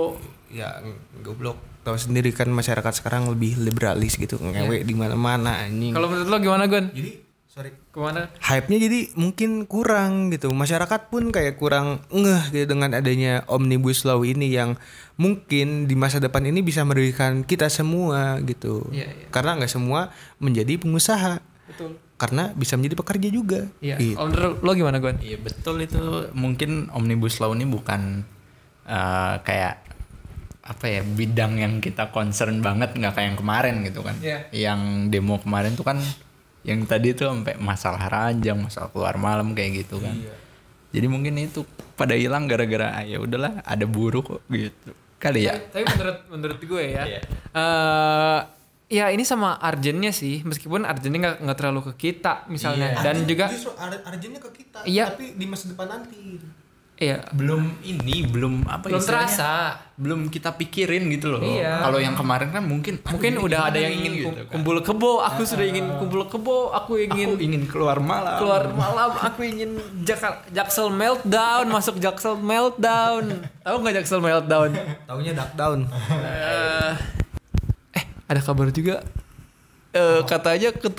Speaker 3: Ya goblok. Tahu sendiri kan masyarakat sekarang lebih liberalis gitu, ngewe yeah. Di mana-mana anjing.
Speaker 4: Kalau menurut lo gimana, Gon?
Speaker 3: Jadi sorry
Speaker 4: kemana?
Speaker 3: Hype-nya jadi mungkin kurang gitu. Masyarakat pun kayak kurang ngeh gitu dengan adanya Omnibus Law ini yang mungkin di masa depan ini bisa merugikan kita semua gitu. Yeah, yeah. Karena nggak semua menjadi pengusaha.
Speaker 4: Betul.
Speaker 3: Karena bisa menjadi pekerja juga.
Speaker 4: Iya. Gitu. Om, lo gimana, Gon?
Speaker 5: Iya betul itu. Mungkin Omnibus Law ini bukan uh, kayak apa ya bidang yang kita concern banget, nggak kayak yang kemarin gitu kan. Yeah. Yang demo kemarin tuh kan yang tadi tuh sampai masalah ranjang, masalah keluar malam kayak gitu kan. Iya. Jadi mungkin itu pada hilang gara-gara ah, ya udahlah ada buruh kok gitu. Kali ya.
Speaker 4: Tapi, tapi menurut menurut gue ya. Iya. Uh, ya ini sama urgentnya sih, meskipun urgentnya nggak nggak terlalu ke kita misalnya. Iya. Dan juga
Speaker 3: justru urgentnya ke kita.
Speaker 4: Iya.
Speaker 3: Tapi di masa depan nanti.
Speaker 4: Iya.
Speaker 5: Belum ini belum apa
Speaker 4: belum terasa,
Speaker 5: belum kita pikirin gitu loh.
Speaker 4: Iya.
Speaker 5: Kalau yang kemarin kan mungkin
Speaker 4: mungkin udah ada yang ingin gitu, kan? Kumpul kebo, aku uh, sudah ingin kumpul kebo, aku ingin
Speaker 5: aku ingin keluar malam.
Speaker 4: Keluar malam, aku ingin jak- Jaksel meltdown, masuk Jaksel meltdown. Tahu enggak Jaksel meltdown?
Speaker 3: Taunya Duckdown.
Speaker 4: uh, eh, ada kabar juga. Eh, uh, katanya ketua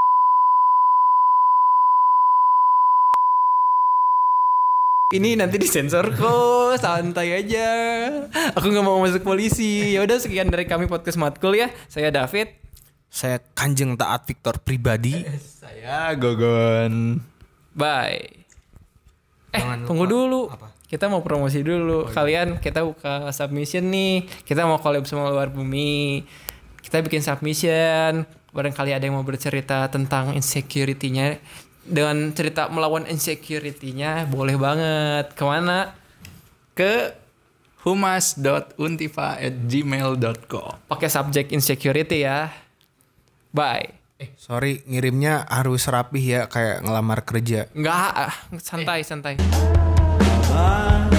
Speaker 4: ini nanti disensor kok, santai aja. Aku nggak mau masuk polisi. Ya udah sekian dari kami podcast Matkul ya. Saya David.
Speaker 3: Saya Kanjeng Taat Victor pribadi.
Speaker 5: Saya Gogon.
Speaker 4: Bye. Eh, Jangan tunggu lupa. dulu. Apa? Kita mau promosi dulu. Oh, iya. Kalian kita buka submission nih. Kita mau collab sama luar bumi. Kita bikin submission. Barangkali ada yang mau bercerita tentang insecurity-nya. Dengan cerita melawan insecurity-nya boleh banget. Kemana? Ke
Speaker 5: humas dot untifa at gmail dot com.
Speaker 4: Pakai subjek insecurity ya. Bye.
Speaker 3: Eh, sorry, ngirimnya harus rapih ya kayak ngelamar kerja.
Speaker 4: Enggak, santai, eh. santai.